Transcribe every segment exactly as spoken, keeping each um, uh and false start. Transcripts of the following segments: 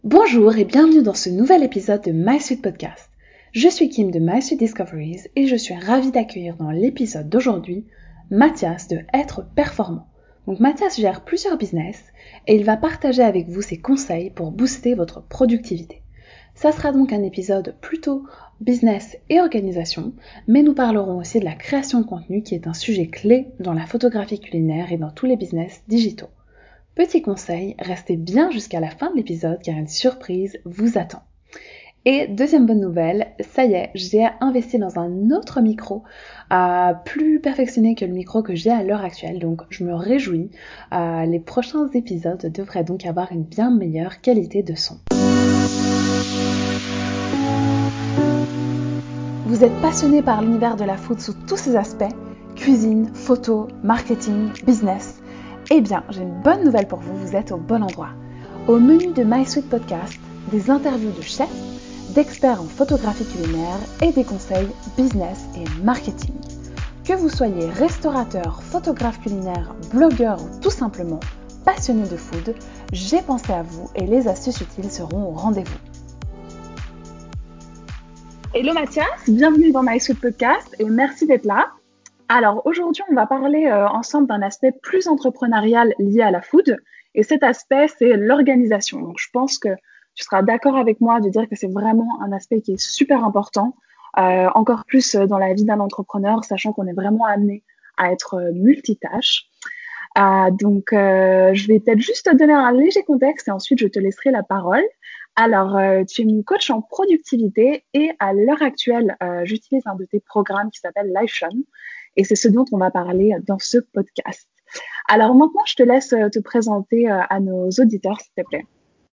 Bonjour et bienvenue dans ce nouvel épisode de MySuite Podcast. Je suis Kim de MySuite Discoveries et je suis ravie d'accueillir dans l'épisode d'aujourd'hui Mathias de Être Performant. Donc Mathias gère plusieurs business et il va partager avec vous ses conseils pour booster votre productivité. Ça sera donc un épisode plutôt business et organisation, mais nous parlerons aussi de la création de contenu qui est un sujet clé dans la photographie culinaire et dans tous les business digitaux. Petit conseil, restez bien jusqu'à la fin de l'épisode car une surprise vous attend. Et deuxième bonne nouvelle, ça y est, j'ai investi dans un autre micro euh, plus perfectionné que le micro que j'ai à l'heure actuelle, donc je me réjouis. Euh, les prochains épisodes devraient donc avoir une bien meilleure qualité de son. Vous êtes passionné par l'univers de la food sous tous ses aspects, cuisine, photo, marketing, business. Eh bien, j'ai une bonne nouvelle pour vous, vous êtes au bon endroit. Au menu de MySuite Podcast, des interviews de chefs, d'experts en photographie culinaire et des conseils business et marketing. Que vous soyez restaurateur, photographe culinaire, blogueur ou tout simplement passionné de food, j'ai pensé à vous et les astuces utiles seront au rendez-vous. Hello Mathias, bienvenue dans MySuite Podcast et merci d'être là. Alors aujourd'hui, on va parler euh, ensemble d'un aspect plus entrepreneurial lié à la food. Et cet aspect, c'est l'organisation. Donc je pense que tu seras d'accord avec moi de dire que c'est vraiment un aspect qui est super important, euh, encore plus dans la vie d'un entrepreneur, sachant qu'on est vraiment amené à être euh, multitâche. Euh, donc euh, je vais peut-être juste te donner un léger contexte et ensuite je te laisserai la parole. Alors, euh, tu es une coach en productivité et à l'heure actuelle, euh, j'utilise un de tes programmes qui s'appelle Livetion. Et c'est ce dont on va parler dans ce podcast. Alors maintenant, je te laisse te présenter à nos auditeurs, s'il te plaît.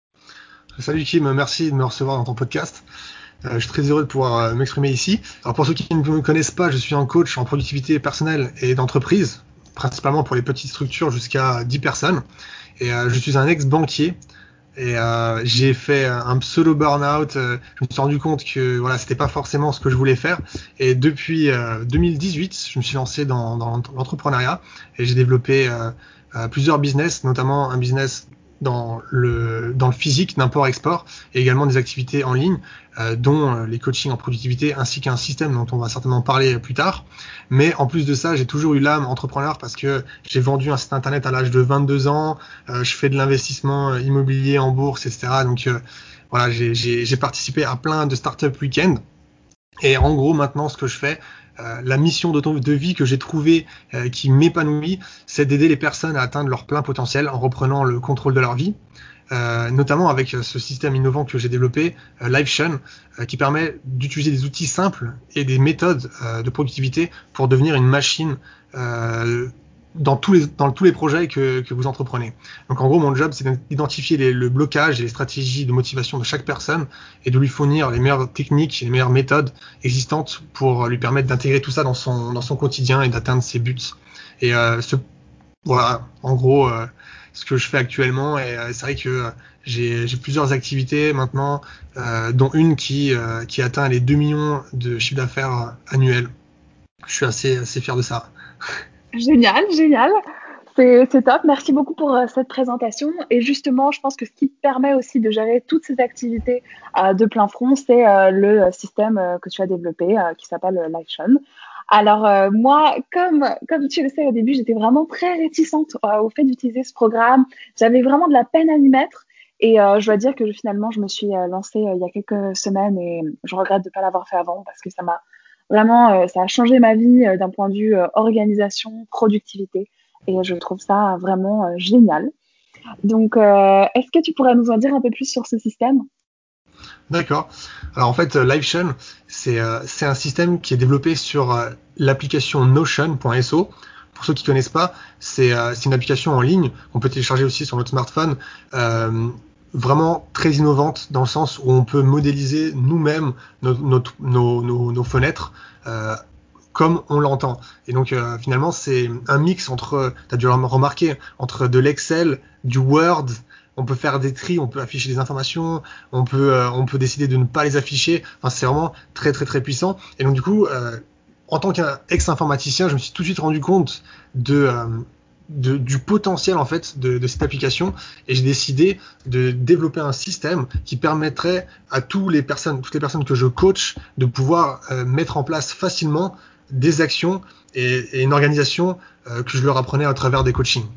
Salut Kim, merci de me recevoir dans ton podcast. Euh, je suis très heureux de pouvoir euh, m'exprimer ici. Alors pour ceux qui ne me connaissent pas, je suis un coach en productivité personnelle et d'entreprise, principalement pour les petites structures jusqu'à dix personnes. Et euh, je suis un ex-banquier. Et euh, j'ai fait un pseudo burn-out. Euh, je me suis rendu compte que voilà, c'était pas forcément ce que je voulais faire. Et depuis euh, deux mille dix-huit, je me suis lancé dans, dans l'entrepreneuriat et j'ai développé euh, euh, plusieurs business, notamment un business dans le dans le physique d'import-export et également des activités en ligne, euh, dont euh, les coachings en productivité ainsi qu'un système dont on va certainement parler plus tard. Mais en plus de ça, j'ai toujours eu l'âme entrepreneur parce que j'ai vendu un site internet à l'âge de vingt-deux ans. Euh, je fais de l'investissement immobilier en bourse, et cetera. Donc euh, voilà, j'ai, j'ai, j'ai participé à plein de startup week-end. Et en gros, maintenant, ce que je fais, euh, la mission de, de vie que j'ai trouvée euh, qui m'épanouit, c'est d'aider les personnes à atteindre leur plein potentiel en reprenant le contrôle de leur vie. Euh, notamment avec ce système innovant que j'ai développé, euh, Livetion, euh, qui permet d'utiliser des outils simples et des méthodes euh, de productivité pour devenir une machine euh, dans tous les dans tous les projets que, que vous entreprenez. Donc en gros, mon job, c'est d'identifier les, le blocage et les stratégies de motivation de chaque personne et de lui fournir les meilleures techniques et les meilleures méthodes existantes pour lui permettre d'intégrer tout ça dans son dans son quotidien et d'atteindre ses buts. Et euh, ce voilà, en gros, euh, ce que je fais actuellement. Et euh, c'est vrai que euh, j'ai, j'ai plusieurs activités maintenant, euh, dont une qui, euh, qui atteint les deux millions de chiffre d'affaires euh, annuel. Je suis assez, assez fier de ça. Génial, génial. C'est, c'est top. Merci beaucoup pour euh, cette présentation. Et justement, je pense que ce qui te permet aussi de gérer toutes ces activités euh, de plein front, c'est euh, le système euh, que tu as développé euh, qui s'appelle euh, Livetion. Alors euh, moi, comme comme tu le sais au début, j'étais vraiment très réticente euh, au fait d'utiliser ce programme. J'avais vraiment de la peine à m'y mettre. Et euh, je dois dire que finalement, je me suis euh, lancée euh, il y a quelques semaines et je regrette de ne pas l'avoir fait avant parce que ça m'a vraiment, euh, ça a changé ma vie euh, d'un point de vue euh, organisation, productivité. Et je trouve ça vraiment euh, génial. Donc, euh, est-ce que tu pourrais nous en dire un peu plus sur ce système? D'accord. Alors en fait, euh, Livetion, c'est, euh, c'est un système qui est développé sur euh, l'application notion point so. Pour ceux qui connaissent pas, c'est, euh, c'est une application en ligne qu'on peut télécharger aussi sur notre smartphone, euh, vraiment très innovante dans le sens où on peut modéliser nous-mêmes nos, nos, nos, nos, nos fenêtres euh, comme on l'entend. Et donc euh, finalement, c'est un mix entre, tu as dû le remarquer, entre de l'Excel, du Word. On peut faire des tris, on peut afficher des informations, on peut, euh, on peut décider de ne pas les afficher. Enfin, c'est vraiment très très très puissant. Et donc du coup, euh, en tant qu'ex-informaticien, je me suis tout de suite rendu compte de, euh, de, du potentiel en fait de, de cette application et j'ai décidé de développer un système qui permettrait à tous les personnes, toutes les personnes que je coach de pouvoir euh, mettre en place facilement des actions et, et une organisation euh, que je leur apprenais à travers des coachings.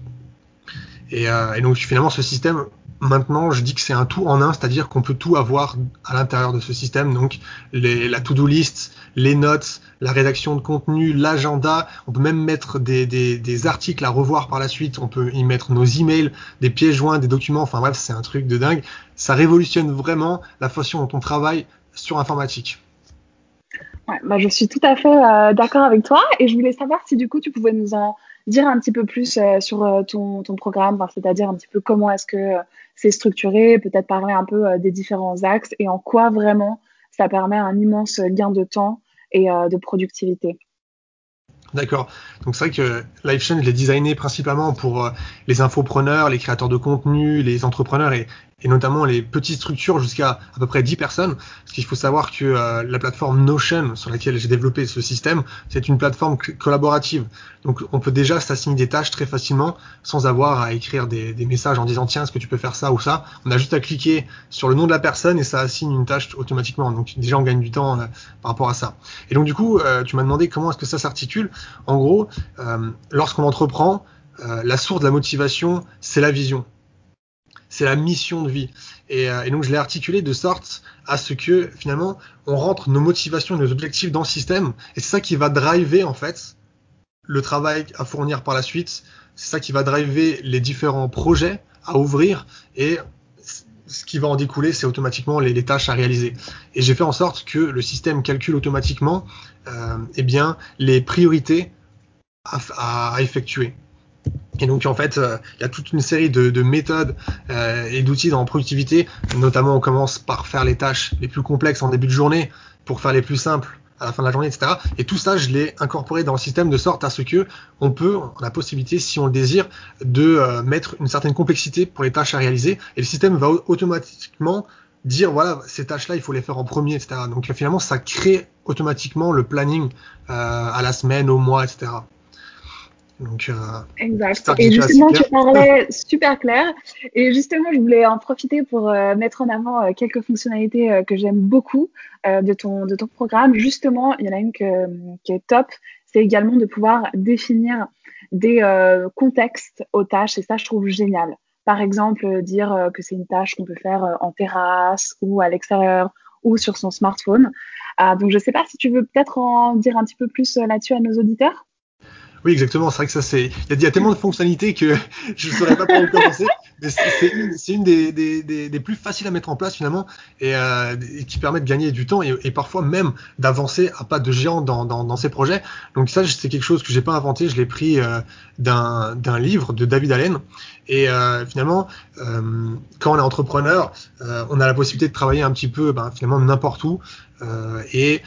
Et, euh, et donc finalement ce système, maintenant je dis que c'est un tout en un, c'est-à-dire qu'on peut tout avoir à l'intérieur de ce système, donc les, la to-do list, les notes, la rédaction de contenu, l'agenda, on peut même mettre des, des, des articles à revoir par la suite, on peut y mettre nos emails, des pièces joints, des documents, enfin bref c'est un truc de dingue, ça révolutionne vraiment la façon dont on travaille sur informatique. Ouais, bah, je suis tout à fait euh, d'accord avec toi et je voulais savoir si du coup tu pouvais nous en dire un petit peu plus euh, sur euh, ton, ton programme, enfin, c'est-à-dire un petit peu comment est-ce que euh, c'est structuré, peut-être parler un peu euh, des différents axes et en quoi vraiment ça permet un immense gain de temps et euh, de productivité. D'accord. Donc c'est vrai que LiveChain, je l'ai designé principalement pour euh, les infopreneurs, les créateurs de contenu, les entrepreneurs et, et notamment les petites structures jusqu'à à peu près dix personnes. Parce qu'il faut savoir que euh, la plateforme Notion sur laquelle j'ai développé ce système, c'est une plateforme collaborative. Donc on peut déjà s'assigner des tâches très facilement sans avoir à écrire des, des messages en disant tiens, est-ce que tu peux faire ça ou ça. On a juste à cliquer sur le nom de la personne et ça assigne une tâche automatiquement. Donc déjà on gagne du temps euh, par rapport à ça. Et donc du coup, euh, tu m'as demandé comment est-ce que ça s'articule. En gros, euh, lorsqu'on entreprend, euh, la source de la motivation, c'est la vision. C'est la mission de vie. Et, euh, et donc, je l'ai articulé de sorte à ce que, finalement, on rentre nos motivations et nos objectifs dans le système. Et c'est ça qui va driver, en fait, le travail à fournir par la suite. C'est ça qui va driver les différents projets à ouvrir. Et ce qui va en découler, c'est automatiquement les, les tâches à réaliser. Et j'ai fait en sorte que le système calcule automatiquement euh, eh bien, les priorités à, à effectuer. Et donc en fait, euh, il y a toute une série de, de méthodes euh, et d'outils dans la productivité. Notamment, on commence par faire les tâches les plus complexes en début de journée pour faire les plus simples à la fin de la journée, et cetera. Et tout ça, je l'ai incorporé dans le système de sorte à ce que on peut, on a la possibilité, si on le désire, de euh, mettre une certaine complexité pour les tâches à réaliser. Et le système va automatiquement dire voilà, ces tâches-là, il faut les faire en premier, et cetera. Donc finalement, ça crée automatiquement le planning euh, à la semaine, au mois, et cetera. Donc, euh, Exact. j'espère que Et j'étais assez justement, tu clair. parlais super clair. Et justement, je voulais en profiter pour euh, mettre en avant euh, quelques fonctionnalités euh, que j'aime beaucoup euh, de ton, de ton programme. Justement, il y en a une que, qui est top. C'est également de pouvoir définir des euh, contextes aux tâches. Et ça, je trouve génial. Par exemple, euh, dire euh, que c'est une tâche qu'on peut faire euh, en terrasse ou à l'extérieur ou sur son smartphone. Ah, donc, je ne sais pas si tu veux peut-être en dire un petit peu plus euh, là-dessus à nos auditeurs. Oui, exactement. C'est vrai que ça, c'est, il y, a il y a tellement de fonctionnalités que je ne saurais pas par où commencer. Mais c'est c'est une, c'est une des, des, des, des plus faciles à mettre en place finalement et, euh, et qui permet de gagner du temps et, et parfois même d'avancer à pas de géant dans, dans, dans ces projets. Donc ça, c'est quelque chose que j'ai pas inventé. Je l'ai pris euh, d'un, d'un livre de David Allen. Et euh, finalement, euh, quand on est entrepreneur, euh, on a la possibilité de travailler un petit peu, ben, finalement n'importe où. Euh, et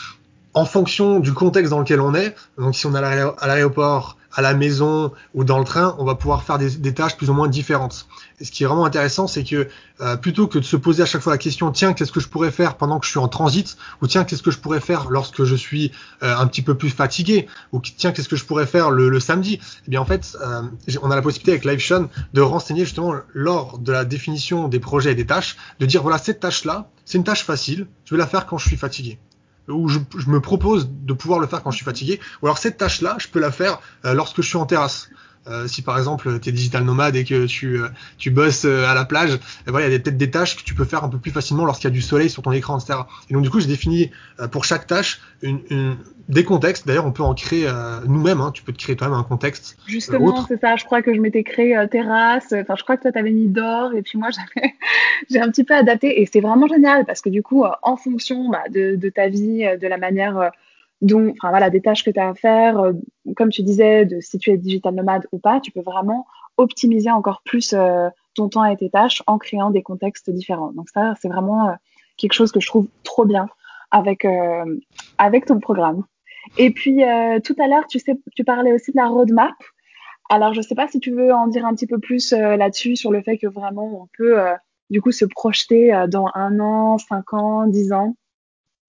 en fonction du contexte dans lequel on est, donc si on est à l'aéroport, à la maison ou dans le train, on va pouvoir faire des, des tâches plus ou moins différentes. Et ce qui est vraiment intéressant, c'est que euh, plutôt que de se poser à chaque fois la question, tiens, qu'est-ce que je pourrais faire pendant que je suis en transit, ou tiens, qu'est-ce que je pourrais faire lorsque je suis euh, un petit peu plus fatigué, ou tiens, qu'est-ce que je pourrais faire le, le samedi, eh bien en fait, euh, on a la possibilité avec LiveShun de renseigner justement lors de la définition des projets et des tâches, de dire voilà, cette tâche-là, c'est une tâche facile, je vais la faire quand je suis fatigué où je, je, me propose de pouvoir le faire quand je suis fatigué, ou alors cette tâche-là, je peux la faire euh, lorsque je suis en terrasse. Euh, si par exemple tu es digital nomade et que tu, euh, tu bosses euh, à la plage, et voilà, il y a peut-être des tâches que tu peux faire un peu plus facilement lorsqu'il y a du soleil sur ton écran, et cetera. Et donc du coup, j'ai défini euh, pour chaque tâche une, une, des contextes. D'ailleurs, on peut en créer euh, nous-mêmes. Hein, tu peux te créer toi-même un contexte euh, Justement, autre. c'est ça. Je crois que je m'étais créé euh, terrasse. Enfin, je crois que toi, t'avais mis d'or. Et puis moi, j'avais, j'ai un petit peu adapté. Et c'est vraiment génial parce que du coup, euh, en fonction bah, de, de ta vie, euh, de la manière euh, dont, enfin voilà, des tâches que tu as à faire, euh, comme tu disais, de si tu es digital nomade ou pas, tu peux vraiment optimiser encore plus euh, ton temps et tes tâches en créant des contextes différents. Donc ça, c'est vraiment euh, quelque chose que je trouve trop bien avec, euh, avec ton programme. Et puis, euh, tout à l'heure, tu sais, tu parlais aussi de la roadmap. Alors, je ne sais pas si tu veux en dire un petit peu plus euh, là-dessus, sur le fait que vraiment on peut euh, du coup se projeter euh, dans un an, cinq ans, dix ans.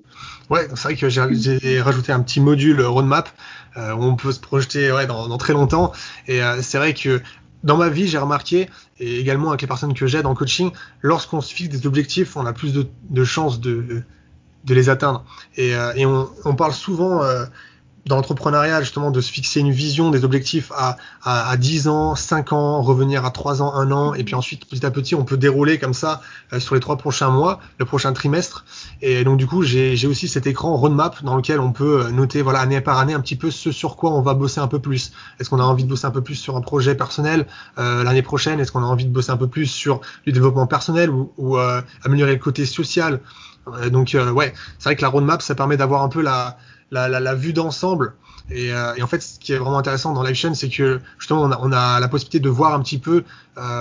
Ouais, c'est vrai que j'ai, j'ai rajouté un petit module roadmap euh, où on peut se projeter ouais, dans, dans très longtemps. Et euh, c'est vrai que dans ma vie, j'ai remarqué, et également avec les personnes que j'aide en coaching, lorsqu'on se fixe des objectifs, on a plus de, de chances de, de les atteindre. Et, euh, et on, on parle souvent euh, dans l'entrepreneuriat, justement, de se fixer une vision, des objectifs à, à, à dix ans, cinq ans, revenir à trois ans, un an, et puis ensuite, petit à petit, on peut dérouler comme ça euh, sur les trois prochains mois, le prochain trimestre. Et donc, du coup, j'ai, j'ai aussi cet écran roadmap dans lequel on peut noter, voilà, année par année, un petit peu ce sur quoi on va bosser un peu plus. Est-ce qu'on a envie de bosser un peu plus sur un projet personnel euh, l'année prochaine? Est-ce qu'on a envie de bosser un peu plus sur du développement personnel ou, ou euh, améliorer le côté social? Euh, donc, euh, ouais, c'est vrai que la roadmap, ça permet d'avoir un peu la la, la, la vue d'ensemble. Et, euh, et en fait, ce qui est vraiment intéressant dans Livechain, c'est que justement, on a, on a la possibilité de voir un petit peu euh,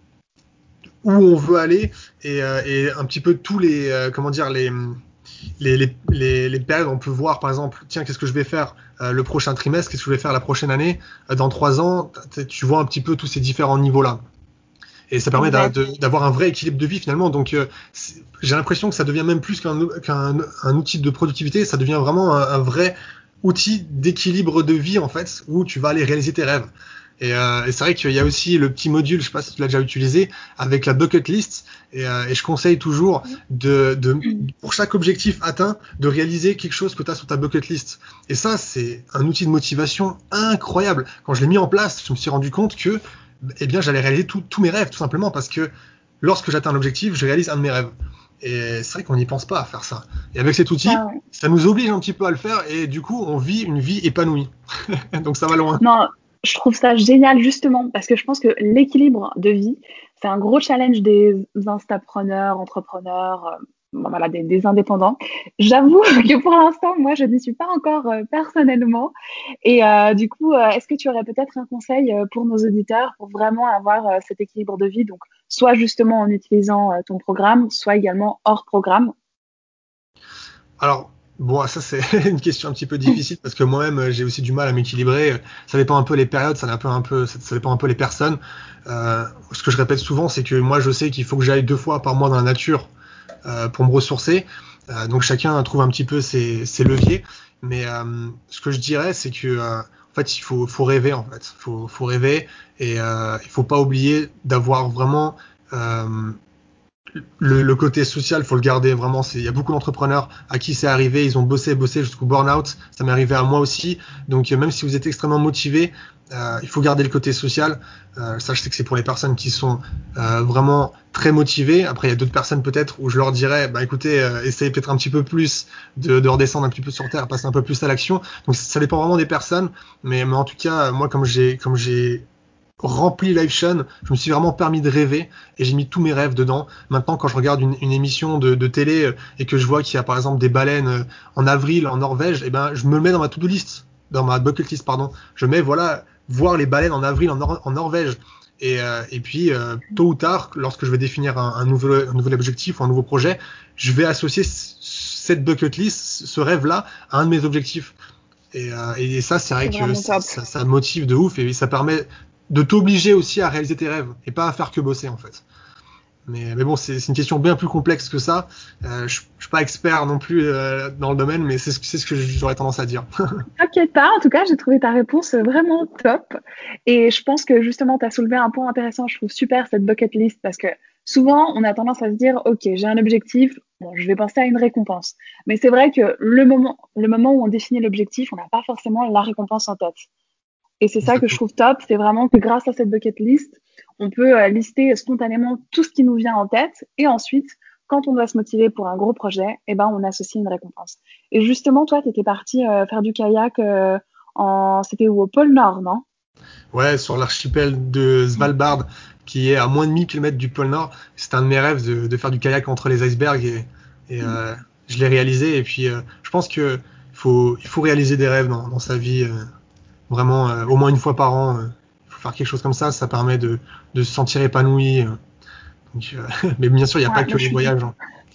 où on veut aller et, euh, et un petit peu tous les, euh, comment dire, les, les, les, les, les périodes. On peut voir, par exemple, tiens, qu'est-ce que je vais faire euh, le prochain trimestre, qu'est-ce que je vais faire la prochaine année, euh, dans trois ans. Tu vois un petit peu tous ces différents niveaux-là. Et ça permet d'a, Exact. de, d'avoir un vrai équilibre de vie finalement. Donc, euh, j'ai l'impression que ça devient même plus qu'un, qu'un un outil de productivité, ça devient vraiment un, un vrai outil d'équilibre de vie en fait, où tu vas aller réaliser tes rêves. Et, euh, et c'est vrai qu'il y a aussi le petit module, je sais pas si tu l'as déjà utilisé, avec la bucket list. Et, euh, et je conseille toujours de, de, pour chaque objectif atteint, de réaliser quelque chose que tu as sur ta bucket list. Et ça, c'est un outil de motivation incroyable. Quand je l'ai mis en place, je me suis rendu compte que, eh bien, j'allais réaliser tous mes rêves, tout simplement, parce que lorsque j'atteins l'objectif, je réalise un de mes rêves. Et c'est vrai qu'on n'y pense pas à faire ça. Et avec cet outil, Ça, ouais. ça nous oblige un petit peu à le faire, et du coup, on vit une vie épanouie. Donc ça va loin. Non, je trouve ça génial justement parce que je pense que l'équilibre de vie, c'est un gros challenge des instapreneurs, entrepreneurs, euh, bon, voilà, des, des indépendants. J'avoue que pour l'instant, moi, je n'y suis pas encore euh, personnellement. Et euh, du coup, euh, est-ce que tu aurais peut-être un conseil euh, pour nos auditeurs pour vraiment avoir euh, cet équilibre de vie, donc soit justement en utilisant euh, ton programme, soit également hors programme? Alors, bon, ça c'est une question un petit peu difficile parce que moi-même j'ai aussi du mal à m'équilibrer. Ça dépend un peu les périodes, ça dépend un peu, ça, ça dépend un peu les personnes. Euh, ce que je répète souvent, c'est que moi je sais qu'il faut que j'aille deux fois par mois dans la nature euh, pour me ressourcer. Euh, donc chacun trouve un petit peu ses, ses leviers. Mais euh, ce que je dirais, c'est que euh, en fait il faut, faut rêver en fait, faut, faut rêver et euh, il faut pas oublier d'avoir vraiment euh, le, le côté social, faut le garder vraiment. Il y a beaucoup d'entrepreneurs à qui c'est arrivé, ils ont bossé, bossé jusqu'au burn-out. Ça m'est arrivé à moi aussi. Donc euh, même si vous êtes extrêmement motivé, euh, il faut garder le côté social. Euh, ça, je sais que c'est pour les personnes qui sont euh, vraiment très motivées. Après, il y a d'autres personnes peut-être où je leur dirais, bah écoutez, euh, essayez peut-être un petit peu plus de, de redescendre un petit peu sur terre, passer un peu plus à l'action. Donc ça dépend vraiment des personnes. Mais, mais en tout cas, moi, comme j'ai comme j'ai rempli Livechain, je me suis vraiment permis de rêver et j'ai mis tous mes rêves dedans. Maintenant, quand je regarde une, une émission de, de télé euh, et que je vois qu'il y a par exemple des baleines euh, en avril en Norvège, et ben je me le mets dans ma to-do list, dans ma bucket list, pardon. Je mets voilà voir les baleines en avril en, Nor- en Norvège. Et, euh, et puis euh, tôt ou tard, lorsque je vais définir un, un, nouvel, un nouvel objectif ou un nouveau projet, je vais associer c- cette bucket list, ce rêve-là, à un de mes objectifs. Et, euh, et ça, c'est vrai C'est que vraiment top. ça, ça motive de ouf et ça permet de t'obliger aussi à réaliser tes rêves et pas à faire que bosser en fait. Mais, mais bon, c'est c'est une question bien plus complexe que ça. Euh, je, je suis pas expert non plus euh, dans le domaine, mais c'est ce, c'est ce que j'aurais tendance à dire. T'inquiète pas, en tout cas, j'ai trouvé ta réponse vraiment top. Et je pense que justement, tu as soulevé un point intéressant. Je trouve super cette bucket list parce que souvent, on a tendance à se dire, OK, j'ai un objectif, bon, je vais penser à une récompense. Mais c'est vrai que le moment, le moment où on définit l'objectif, on n'a pas forcément la récompense en tête. Et c'est ça que je Exactement. trouve top, c'est vraiment que grâce à cette bucket list, on peut euh, lister spontanément tout ce qui nous vient en tête et ensuite, quand on doit se motiver pour un gros projet, eh ben, on associe une récompense. Et justement, toi, tu étais parti euh, faire du kayak euh, en... C'était où, au pôle Nord, non? Ouais, sur l'archipel de Svalbard, qui est à moins de mille kilomètres du pôle Nord, c'est un de mes rêves de, de faire du kayak entre les icebergs et, et euh, je l'ai réalisé. Et puis, euh, je pense que faut, il faut réaliser des rêves dans, dans sa vie. Euh, vraiment euh, au moins une fois par an. Euh, il faut faire quelque chose comme ça, ça permet de, de se sentir épanoui. Euh, donc, euh, mais bien sûr, il n'y a pas Ouais, que moi, je les suis tout voyages. Hein.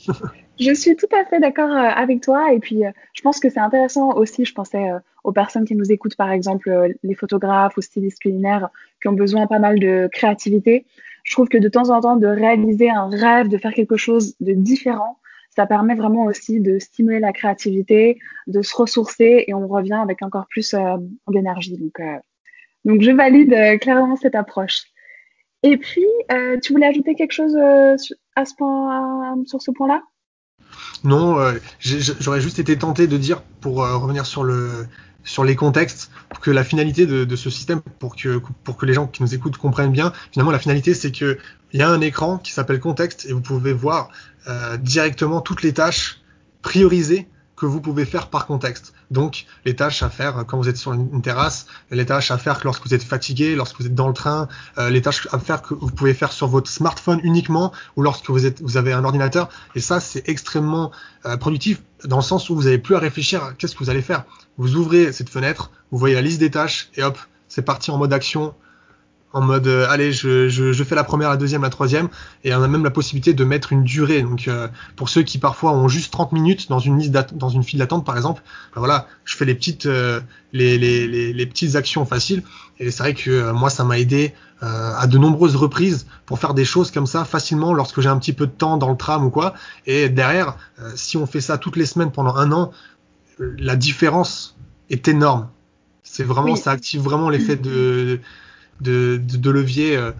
Je suis tout à fait d'accord euh, avec toi. Et puis, euh, je pense que c'est intéressant aussi. Je pensais euh, aux personnes qui nous écoutent, par exemple, euh, les photographes ou stylistes culinaires qui ont besoin pas mal de créativité. Je trouve que de temps en temps, de réaliser un rêve, de faire quelque chose de différent, ça permet vraiment aussi de stimuler la créativité, de se ressourcer et on revient avec encore plus euh, d'énergie. Donc, euh, donc, je valide euh, clairement cette approche. Et puis, euh, tu voulais ajouter quelque chose euh, à ce point, sur ce point-là? Non, euh, j'ai- j'aurais juste été tenté de dire, pour euh, revenir sur le sur les contextes, que la finalité de, de ce système, pour que pour que les gens qui nous écoutent comprennent bien, finalement la finalité c'est que il y a un écran qui s'appelle contexte et vous pouvez voir euh, directement toutes les tâches priorisées que vous pouvez faire par contexte. Donc les tâches à faire quand vous êtes sur une, une terrasse, les tâches à faire lorsque vous êtes fatigué, lorsque vous êtes dans le train, euh, les tâches à faire que vous pouvez faire sur votre smartphone uniquement ou lorsque vous êtes vous avez un ordinateur. Et ça c'est extrêmement euh, productif dans le sens où vous n'avez plus à réfléchir à qu'est-ce que vous allez faire. Vous ouvrez cette fenêtre, vous voyez la liste des tâches et hop, c'est parti en mode action, en mode euh, allez, je, je, je fais la première, la deuxième, la troisième, et on a même la possibilité de mettre une durée. Donc euh, pour ceux qui parfois ont juste trente minutes dans une liste dans une file d'attente par exemple, ben voilà, je fais les petites euh, les, les, les, les petites actions faciles. Et c'est vrai que euh, moi ça m'a aidé euh, à de nombreuses reprises pour faire des choses comme ça facilement lorsque j'ai un petit peu de temps dans le tram ou quoi. Et derrière, euh, si on fait ça toutes les semaines pendant un an, la différence est énorme. C'est vraiment, Oui. ça active vraiment l'effet de, de, de, de levier euh,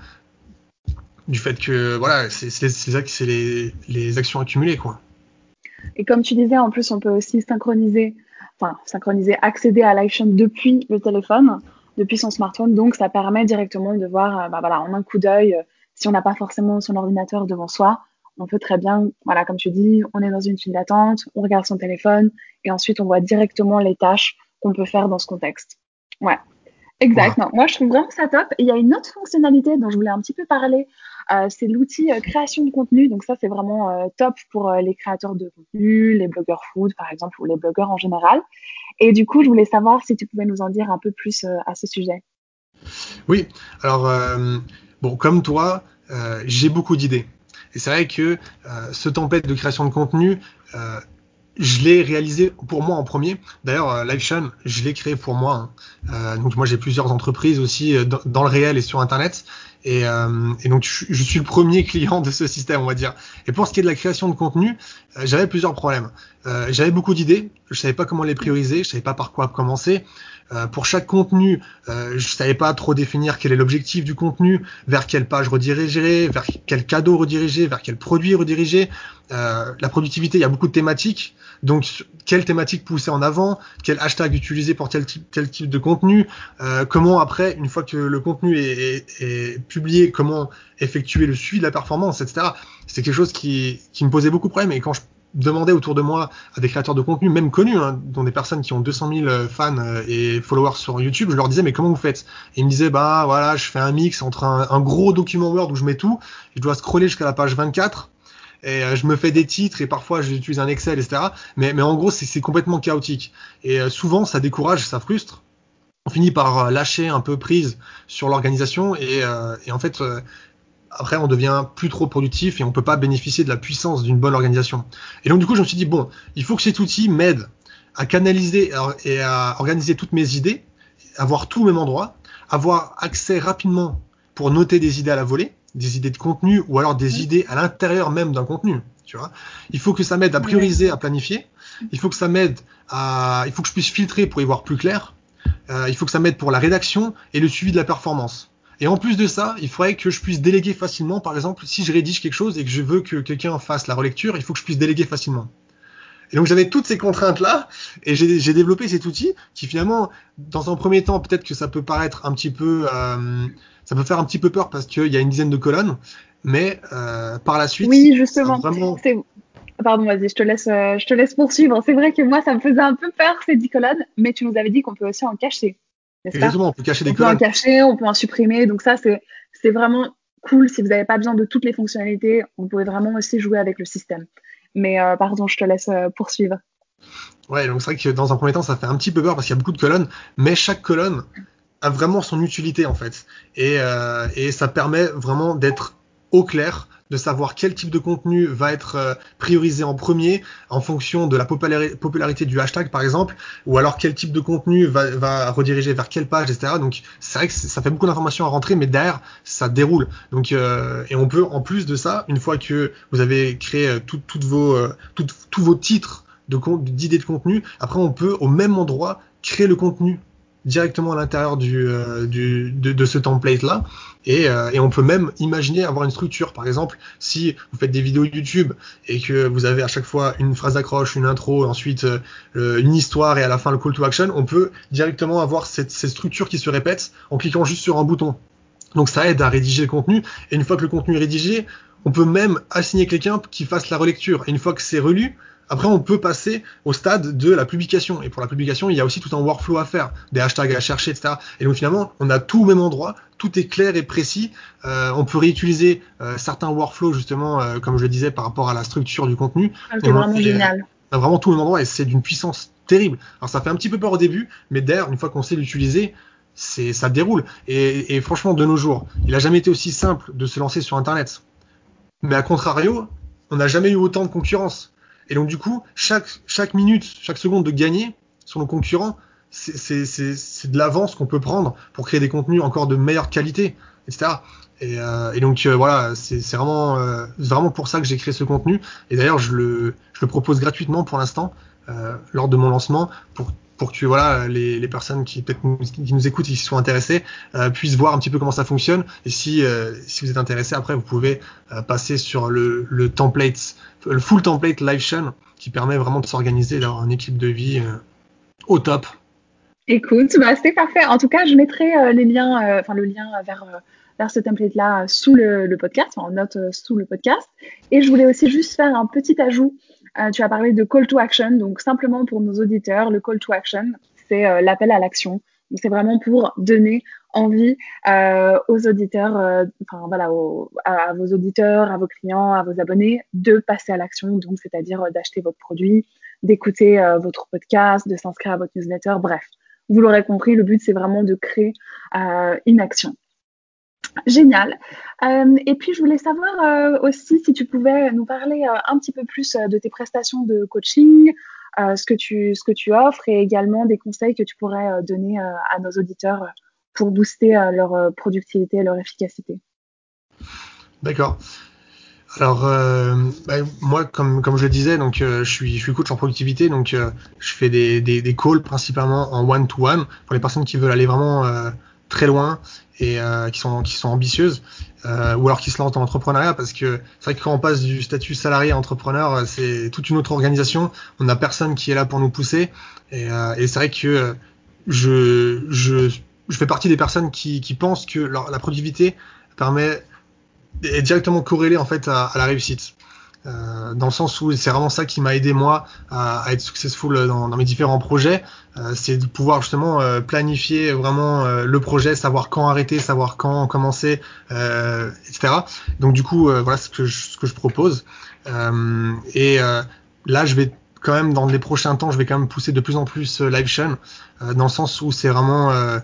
du fait que voilà, c'est c'est c'est c'est les, les actions accumulées quoi. Et comme tu disais, en plus, on peut aussi synchroniser, enfin, synchroniser, accéder à l'action depuis le téléphone, depuis son smartphone. Donc, ça permet directement de voir, euh, bah, voilà, en un coup d'œil, euh, si on n'a pas forcément son ordinateur devant soi, on peut très bien, voilà, comme tu dis, on est dans une file d'attente, on regarde son téléphone et ensuite on voit directement les tâches qu'on peut faire dans ce contexte. Ouais. Voilà. Exact. Non, moi, je trouve vraiment ça top. Et il y a une autre fonctionnalité dont je voulais un petit peu parler. Euh, c'est l'outil euh, création de contenu. Donc ça, c'est vraiment euh, top pour euh, les créateurs de contenu, les blogueurs food, par exemple, ou les blogueurs en général. Et du coup, je voulais savoir si tu pouvais nous en dire un peu plus euh, à ce sujet. Oui, alors euh, bon, comme toi, euh, j'ai beaucoup d'idées. Et c'est vrai que euh, ce template de création de contenu, euh, je l'ai réalisé pour moi en premier. D'ailleurs, euh, Livetion, je l'ai créé pour moi. Hein. Euh, donc moi, j'ai plusieurs entreprises aussi euh, dans, dans le réel et sur Internet. Et, euh, et donc, je, je suis le premier client de ce système, on va dire. Et pour ce qui est de la création de contenu, euh, j'avais plusieurs problèmes. Euh, j'avais beaucoup d'idées, je savais pas comment les prioriser, je savais pas par quoi commencer. Euh, pour chaque contenu, euh, je savais pas trop définir quel est l'objectif du contenu, vers quelle page rediriger, vers quel cadeau rediriger, vers quel produit rediriger. Euh, la productivité, il y a beaucoup de thématiques. Donc, quelle thématique pousser en avant, quel hashtag utiliser pour tel type, tel type de contenu, euh, comment après, une fois que le contenu est, est, est publié, comment effectuer le suivi de la performance, et cetera. C'est quelque chose qui, qui me posait beaucoup de problèmes. Et quand je demandais autour de moi à des créateurs de contenu, même connus, hein, dont des personnes qui ont deux cent mille fans et followers sur YouTube, je leur disais mais comment vous faites? Et ils me disaient bah voilà, je fais un mix entre un, un gros document Word où je mets tout, je dois scroller jusqu'à la page vingt-quatre et euh, je me fais des titres et parfois j'utilise un Excel, et cetera. Mais, mais en gros, c'est complètement chaotique. Et euh, souvent, ça décourage, ça frustre. On finit par lâcher un peu prise sur l'organisation et, euh, et en fait, euh, après, on devient plus trop productif et on peut pas bénéficier de la puissance d'une bonne organisation. Et donc, du coup, je me suis dit, bon, il faut que cet outil m'aide à canaliser et à organiser toutes mes idées, avoir tout au même endroit, avoir accès rapidement pour noter des idées à la volée, des idées de contenu ou alors des Oui. idées à l'intérieur même d'un contenu. Tu vois, il faut que ça m'aide à Ouais. prioriser, à planifier. Il faut que ça m'aide à, il faut que je puisse filtrer pour y voir plus clair. Euh, il faut que ça m'aide pour la rédaction et le suivi de la performance. Et en plus de ça, il faudrait que je puisse déléguer facilement. Par exemple, si je rédige quelque chose et que je veux que quelqu'un fasse la relecture, il faut que je puisse déléguer facilement. Et donc j'avais toutes ces contraintes-là, et j'ai développé cet outil qui finalement, dans un premier temps, peut-être que ça peut paraître un petit peu, euh, ça peut faire un petit peu peur parce qu'il y a une dizaine de colonnes, mais euh, par la suite, Oui, ça a justement. vraiment, C'est... Pardon, vas-y, je te laisse, euh, je te laisse poursuivre. C'est vrai que moi, ça me faisait un peu peur, ces dix colonnes, mais tu nous avais dit qu'on peut aussi en cacher, n'est-ce pas? exactement, on peut cacher des On peut en colonnes. cacher, on peut en supprimer. Donc ça, c'est, c'est vraiment cool. Si vous n'avez pas besoin de toutes les fonctionnalités, vous pouvez vraiment aussi jouer avec le système. Mais euh, pardon, je te laisse euh, poursuivre. Ouais, donc c'est vrai que dans un premier temps, ça fait un petit peu peur parce qu'il y a beaucoup de colonnes, mais chaque colonne a vraiment son utilité en fait, et, euh, et ça permet vraiment d'être au clair, de savoir quel type de contenu va être euh, priorisé en premier en fonction de la populari- popularité du hashtag par exemple, ou alors quel type de contenu va, va rediriger vers quelle page, et cetera. Donc c'est vrai que ça fait beaucoup d'informations à rentrer, mais derrière ça déroule. Donc euh, et on peut en plus de ça, une fois que vous avez créé euh, tout, toutes vos, euh, tout, tous vos titres de d'idées de contenu, après on peut au même endroit créer le contenu directement à l'intérieur du, euh, du de, de ce template là et, euh, et on peut même imaginer avoir une structure. Par exemple, si vous faites des vidéos YouTube et que vous avez à chaque fois une phrase d'accroche, une intro, ensuite euh, une histoire et à la fin le call to action, on peut directement avoir cette, cette structure qui se répète en cliquant juste sur un bouton. Donc ça aide à rédiger le contenu, et une fois que le contenu est rédigé, on peut même assigner quelqu'un qui fasse la relecture. Et une fois que c'est relu, après on peut passer au stade de la publication. Et pour la publication, il y a aussi tout un workflow à faire, des hashtags à chercher, et cetera. Et donc finalement, on a tout au même endroit, tout est clair et précis. Euh, on peut réutiliser euh, certains workflows justement, euh, comme je le disais, par rapport à la structure du contenu. Ah, Et c'est on, vraiment et, génial. on a vraiment tout au même endroit, et c'est d'une puissance terrible. Alors ça fait un petit peu peur au début, mais derrière, une fois qu'on sait l'utiliser, c'est ça déroule. Et, et franchement, de nos jours, il n'a jamais été aussi simple de se lancer sur Internet. Mais à contrario, on n'a jamais eu autant de concurrence. Et donc du coup, chaque, chaque minute, chaque seconde de gagner sur nos concurrents, c'est, c'est, c'est, c'est de l'avance qu'on peut prendre pour créer des contenus encore de meilleure qualité, et cetera. Et, euh, et donc euh, voilà, c'est, c'est vraiment, euh, vraiment pour ça que j'ai créé ce contenu. Et d'ailleurs, je le, je le propose gratuitement pour l'instant, euh, lors de mon lancement, pour pour que voilà les, les personnes qui peut-être nous, qui nous écoutent et qui sont intéressées euh, puissent voir un petit peu comment ça fonctionne. Et si euh, si vous êtes intéressé, après vous pouvez euh, passer sur le, le template, le full template Livetion, qui permet vraiment de s'organiser, d'avoir une équipe de vie euh, au top. Écoute, bah, c'est parfait. En tout cas, je mettrai euh, les liens, euh, enfin le lien vers, euh, vers ce template-là euh, sous le, le podcast, en note euh, sous le podcast. Et je voulais aussi juste faire un petit ajout. Euh, tu as parlé de call to action, donc simplement pour nos auditeurs, le call to action, c'est euh, l'appel à l'action. Donc c'est vraiment pour donner envie euh, aux auditeurs, euh, enfin voilà, aux, à, à vos auditeurs, à vos clients, à vos abonnés, de passer à l'action. Donc c'est-à-dire euh, d'acheter votre produit, d'écouter euh, votre podcast, de s'inscrire à votre newsletter, bref. Vous l'aurez compris, le but, c'est vraiment de créer euh, une action. Génial. Euh, et puis, je voulais savoir euh, aussi si tu pouvais nous parler euh, un petit peu plus euh, de tes prestations de coaching, euh, ce que tu, ce que tu offres, et également des conseils que tu pourrais euh, donner euh, à nos auditeurs pour booster euh, leur euh, productivité et leur efficacité. D'accord. Alors euh, bah, moi, comme comme je le disais, donc euh, je suis je suis coach en productivité, donc euh, je fais des, des des calls principalement en one to one pour les personnes qui veulent aller vraiment euh, très loin et euh, qui sont qui sont ambitieuses, euh, ou alors qui se lancent dans l'entrepreneuriat, parce que c'est vrai que quand on passe du statut salarié à entrepreneur, c'est toute une autre organisation. On n'a personne qui est là pour nous pousser, et, euh, et c'est vrai que euh, je je je fais partie des personnes qui qui pensent que leur, la productivité permet est directement corrélé en fait à, à la réussite. Euh, dans le sens où c'est vraiment ça qui m'a aidé moi à, à être successful dans, dans mes différents projets, euh, c'est de pouvoir justement euh, planifier vraiment euh, le projet, savoir quand arrêter, savoir quand commencer, euh, et cetera. Donc du coup, euh, voilà ce que je, ce que je propose. Euh, et euh, là, je vais quand même dans les prochains temps, je vais quand même pousser de plus en plus euh, Livetion, euh, dans le sens où c'est vraiment euh,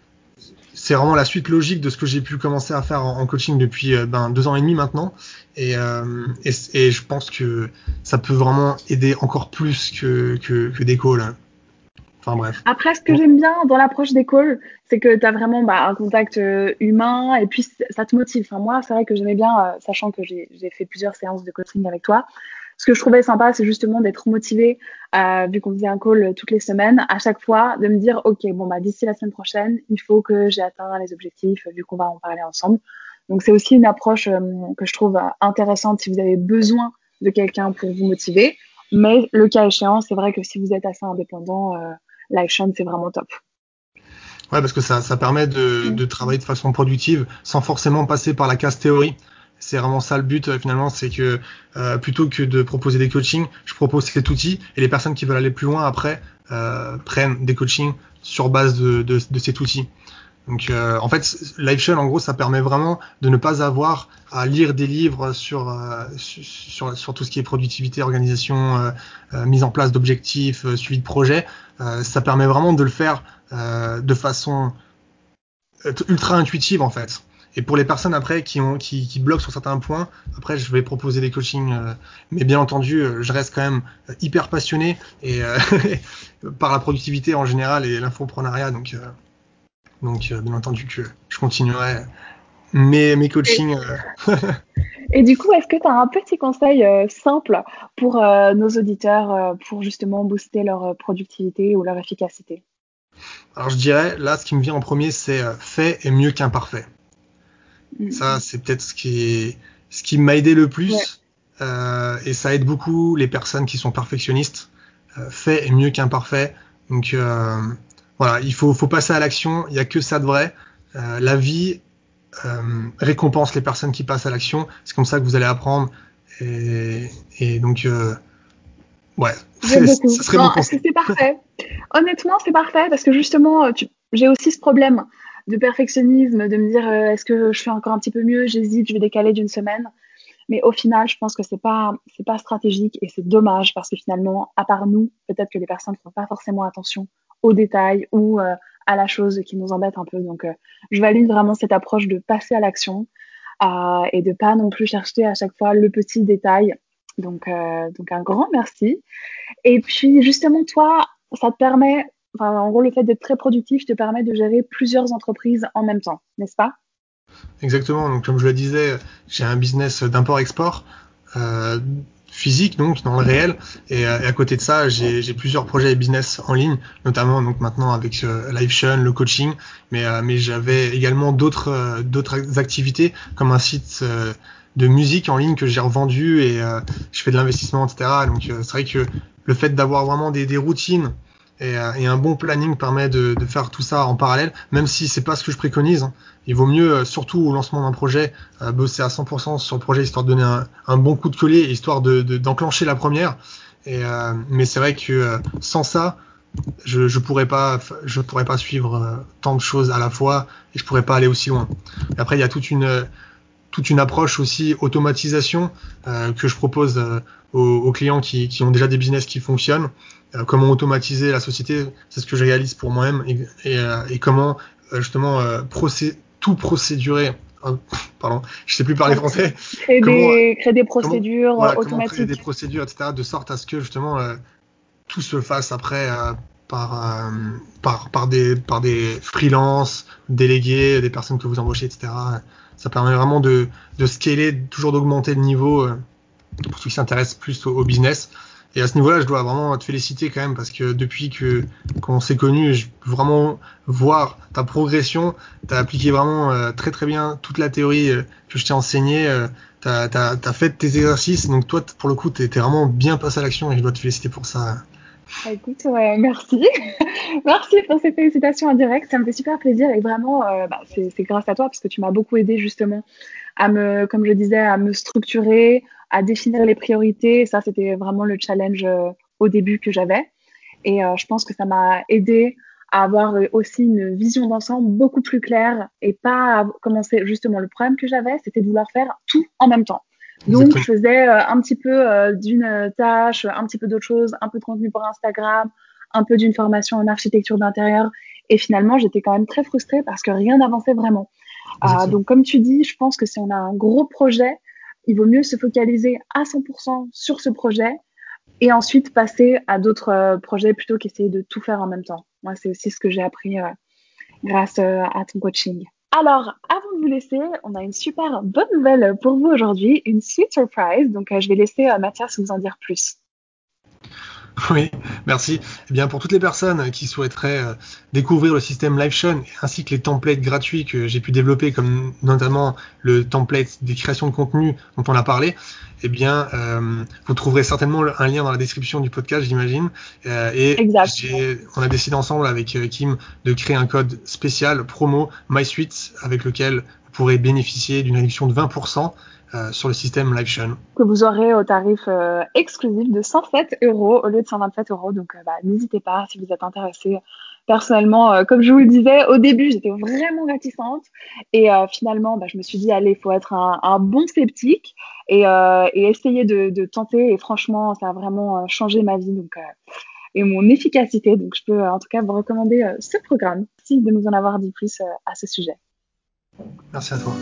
c'est vraiment la suite logique de ce que j'ai pu commencer à faire en, en coaching depuis euh, ben, deux ans et demi maintenant. Et, euh, et, et je pense que ça peut vraiment aider encore plus que, que, que des calls. Enfin bref. Après, ce que Bon. j'aime bien dans l'approche des calls, c'est que tu as vraiment bah, un contact euh, humain et puis c- ça te motive. Enfin, moi, c'est vrai que j'aimais bien, euh, sachant que j'ai j'ai fait plusieurs séances de coaching avec toi. Ce que je trouvais sympa, c'est justement d'être motivé, euh, vu qu'on faisait un call euh, toutes les semaines, à chaque fois, de me dire, OK, bon, bah, d'ici la semaine prochaine, il faut que j'ai atteint les objectifs, vu qu'on va en parler ensemble. Donc, c'est aussi une approche euh, que je trouve euh, intéressante si vous avez besoin de quelqu'un pour vous motiver. Mais le cas échéant, c'est vrai que si vous êtes assez indépendant, euh, Livetion, c'est vraiment top. Ouais, parce que ça, ça permet de, de travailler de façon productive sans forcément passer par la case théorie. C'est vraiment ça le but euh, finalement, c'est que euh, plutôt que de proposer des coachings, je propose cet outil, et les personnes qui veulent aller plus loin après euh, prennent des coachings sur base de, de, de cet outil. Donc euh, en fait, Livetion, en gros, ça permet vraiment de ne pas avoir à lire des livres sur euh, sur, sur tout ce qui est productivité, organisation, euh, euh, mise en place d'objectifs, euh, suivi de projet. Euh, ça permet vraiment de le faire euh, de façon ultra intuitive en fait. et pour les personnes après qui ont qui, qui bloquent sur certains points, après je vais proposer des coachings, euh, mais bien entendu, euh, je reste quand même hyper passionné et euh, par la productivité en général et l'infoprenariat, donc euh, donc euh, bien entendu que je continuerai mes mes Et, coachings. Euh, et du coup, est-ce que tu as un petit conseil euh, simple pour euh, nos auditeurs euh, pour justement booster leur euh, productivité ou leur efficacité? Alors je dirais là, ce qui me vient en premier, c'est euh, fait est mieux qu'imparfait. Mm. Ça, c'est peut-être ce qui ce qui m'a aidé le Ouais. plus, euh, et ça aide beaucoup les personnes qui sont perfectionnistes. Euh, fait est mieux qu'imparfait. Donc euh, voilà, il faut, faut passer à l'action. Il n'y a que ça de vrai. Euh, la vie euh, récompense les personnes qui passent à l'action. C'est comme ça que vous allez apprendre. Et, et donc, euh, ouais, J'aime ce beaucoup. serait mon Non, c'est conseil. c'est parfait. Honnêtement, c'est parfait parce que justement, euh, tu- j'ai aussi ce problème de perfectionnisme, de me dire euh, est-ce que je fais encore un petit peu mieux, j'hésite, je vais décaler d'une semaine. Mais au final, je pense que c'est pas c'est pas stratégique et c'est dommage parce que finalement, à part nous, peut-être que les personnes ne font pas forcément attention aux détails ou euh, à la chose qui nous embête un peu. Donc, euh, je valide vraiment cette approche de passer à l'action euh, et de pas non plus chercher à chaque fois le petit détail. Donc, euh, donc un grand merci. Et puis, justement, toi, ça te permet, enfin, en gros, le fait d'être très productif te permet de gérer plusieurs entreprises en même temps, n'est-ce pas? Exactement. Donc, comme je le disais, j'ai un business d'import-export. Euh, physique, donc dans le réel, et, euh, et à côté de ça j'ai, j'ai plusieurs projets et business en ligne, notamment donc maintenant avec euh, LiveShun, le coaching, mais euh, mais j'avais également d'autres euh, d'autres activités comme un site euh, de musique en ligne que j'ai revendu, et euh, je fais de l'investissement, etc. Donc euh, c'est vrai que le fait d'avoir vraiment des, des routines et, euh, et un bon planning permet de, de faire tout ça en parallèle, même si c'est pas ce que je préconise, hein. Il vaut mieux, euh, surtout au lancement d'un projet, euh, bosser à cent pour cent sur le projet, histoire de donner un, un bon coup de collier, histoire de, de, d'enclencher la première. Et, euh, mais c'est vrai que euh, sans ça, je, je pourrais pas, je pourrais pas suivre euh, tant de choses à la fois, et je pourrais pas aller aussi loin. Et après, il y a toute une toute une approche aussi automatisation euh, que je propose euh, aux, aux clients qui, qui ont déjà des business qui fonctionnent. Euh, comment automatiser la société, c'est ce que je réalise pour moi-même, et, et, euh, et comment euh, justement euh, procé- tout procédurer. Euh, pardon, je sais plus parler Donc, français. créer Comment des, créer des comment procédures euh, voilà, comment créer des automatiques. procédures, et cetera, de sorte à ce que justement euh, tout se fasse après euh, par, euh, par, par, des, par des freelances, délégués, des personnes que vous embauchez, et cetera. Ça permet vraiment de, de scaler, toujours d'augmenter le niveau euh, pour ceux qui s'intéressent plus au, au business. Et à ce niveau-là, je dois vraiment te féliciter quand même parce que depuis que qu'on s'est connus, je peux vraiment voir ta progression. Tu as appliqué vraiment euh, très très bien toute la théorie euh, que je t'ai enseignée. Euh, tu as fait tes exercices. Donc toi, t- pour le coup, tu es vraiment bien passé à l'action et je dois te féliciter pour ça. Bah, écoute, ouais, merci. Merci pour ces félicitations en direct. Ça me fait super plaisir et vraiment, euh, bah, c'est c'est grâce à toi parce que tu m'as beaucoup aidé justement à me, comme je disais, à me structurer, à définir les priorités. Ça, c'était vraiment le challenge euh, au début que j'avais. Et euh, je pense que ça m'a aidé à avoir euh, aussi une vision d'ensemble beaucoup plus claire et pas à commencer. Justement, le problème que j'avais, c'était de vouloir faire tout en même temps. Donc, je Exactement. faisais euh, un petit peu euh, d'une euh, tâche, un petit peu d'autre chose, un peu de contenu pour Instagram, un peu d'une formation en architecture d'intérieur. Et finalement, j'étais quand même très frustrée parce que rien n'avançait vraiment. Euh, Exactement. donc, comme tu dis, je pense que si on a un gros projet, il vaut mieux se focaliser à cent pour cent sur ce projet et ensuite passer à d'autres euh, projets plutôt qu'essayer de tout faire en même temps. Moi, c'est aussi ce que j'ai appris euh, grâce euh, à ton coaching. Alors, avant de vous laisser, on a une super bonne nouvelle pour vous aujourd'hui, une sweet surprise. Donc, euh, je vais laisser euh, Mathias vous en dire plus. Oui, merci. Eh bien, pour toutes les personnes qui souhaiteraient euh, découvrir le système LiveShun ainsi que les templates gratuits que j'ai pu développer, comme notamment le template des créations de contenu dont on a parlé, eh bien, euh, vous trouverez certainement un lien dans la description du podcast, j'imagine. Euh, et Exact. j'ai, on a décidé ensemble avec euh, Kim de créer un code spécial promo MySuite avec lequel vous pourrez bénéficier d'une réduction de vingt pour cent euh, sur le système LiveShun. Que vous aurez au tarif euh, exclusif de cent sept euros au lieu de cent vingt-sept euros. Donc, euh, bah, n'hésitez pas si vous êtes intéressé. Personnellement, euh, comme je vous le disais, au début, j'étais vraiment réticente. Et euh, finalement, bah, je me suis dit, allez, il faut être un, un bon sceptique et, euh, et essayer de, de tenter. Et franchement, ça a vraiment euh, changé ma vie donc, euh, et mon efficacité. Donc, je peux euh, en tout cas vous recommander euh, ce programme. Merci de nous en avoir dit plus euh, à ce sujet. Merci à toi.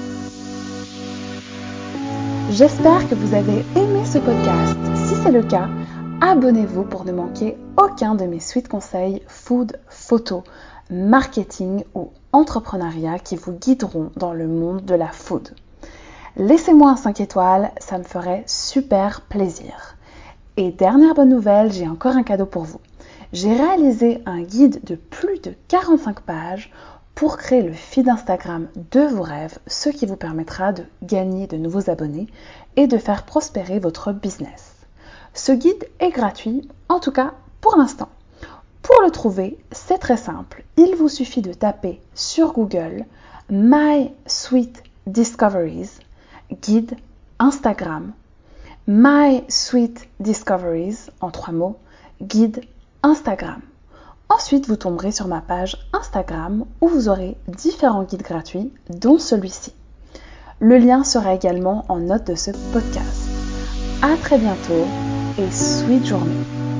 J'espère que vous avez aimé ce podcast. Si c'est le cas, abonnez-vous pour ne manquer aucun de mes suites conseils food, photo, marketing ou entrepreneuriat qui vous guideront dans le monde de la food. Laissez-moi un cinq étoiles, ça me ferait super plaisir. Et dernière bonne nouvelle, j'ai encore un cadeau pour vous. J'ai réalisé un guide de plus de quarante-cinq pages pour créer le feed Instagram de vos rêves, ce qui vous permettra de gagner de nouveaux abonnés et de faire prospérer votre business. Ce guide est gratuit, en tout cas pour l'instant. Pour le trouver, c'est très simple. Il vous suffit de taper sur Google My Sweet Discoveries, guide Instagram. My Sweet Discoveries, en trois mots, guide Instagram. Ensuite, vous tomberez sur ma page Instagram où vous aurez différents guides gratuits, dont celui-ci. Le lien sera également en note de ce podcast. À très bientôt et sweet journée.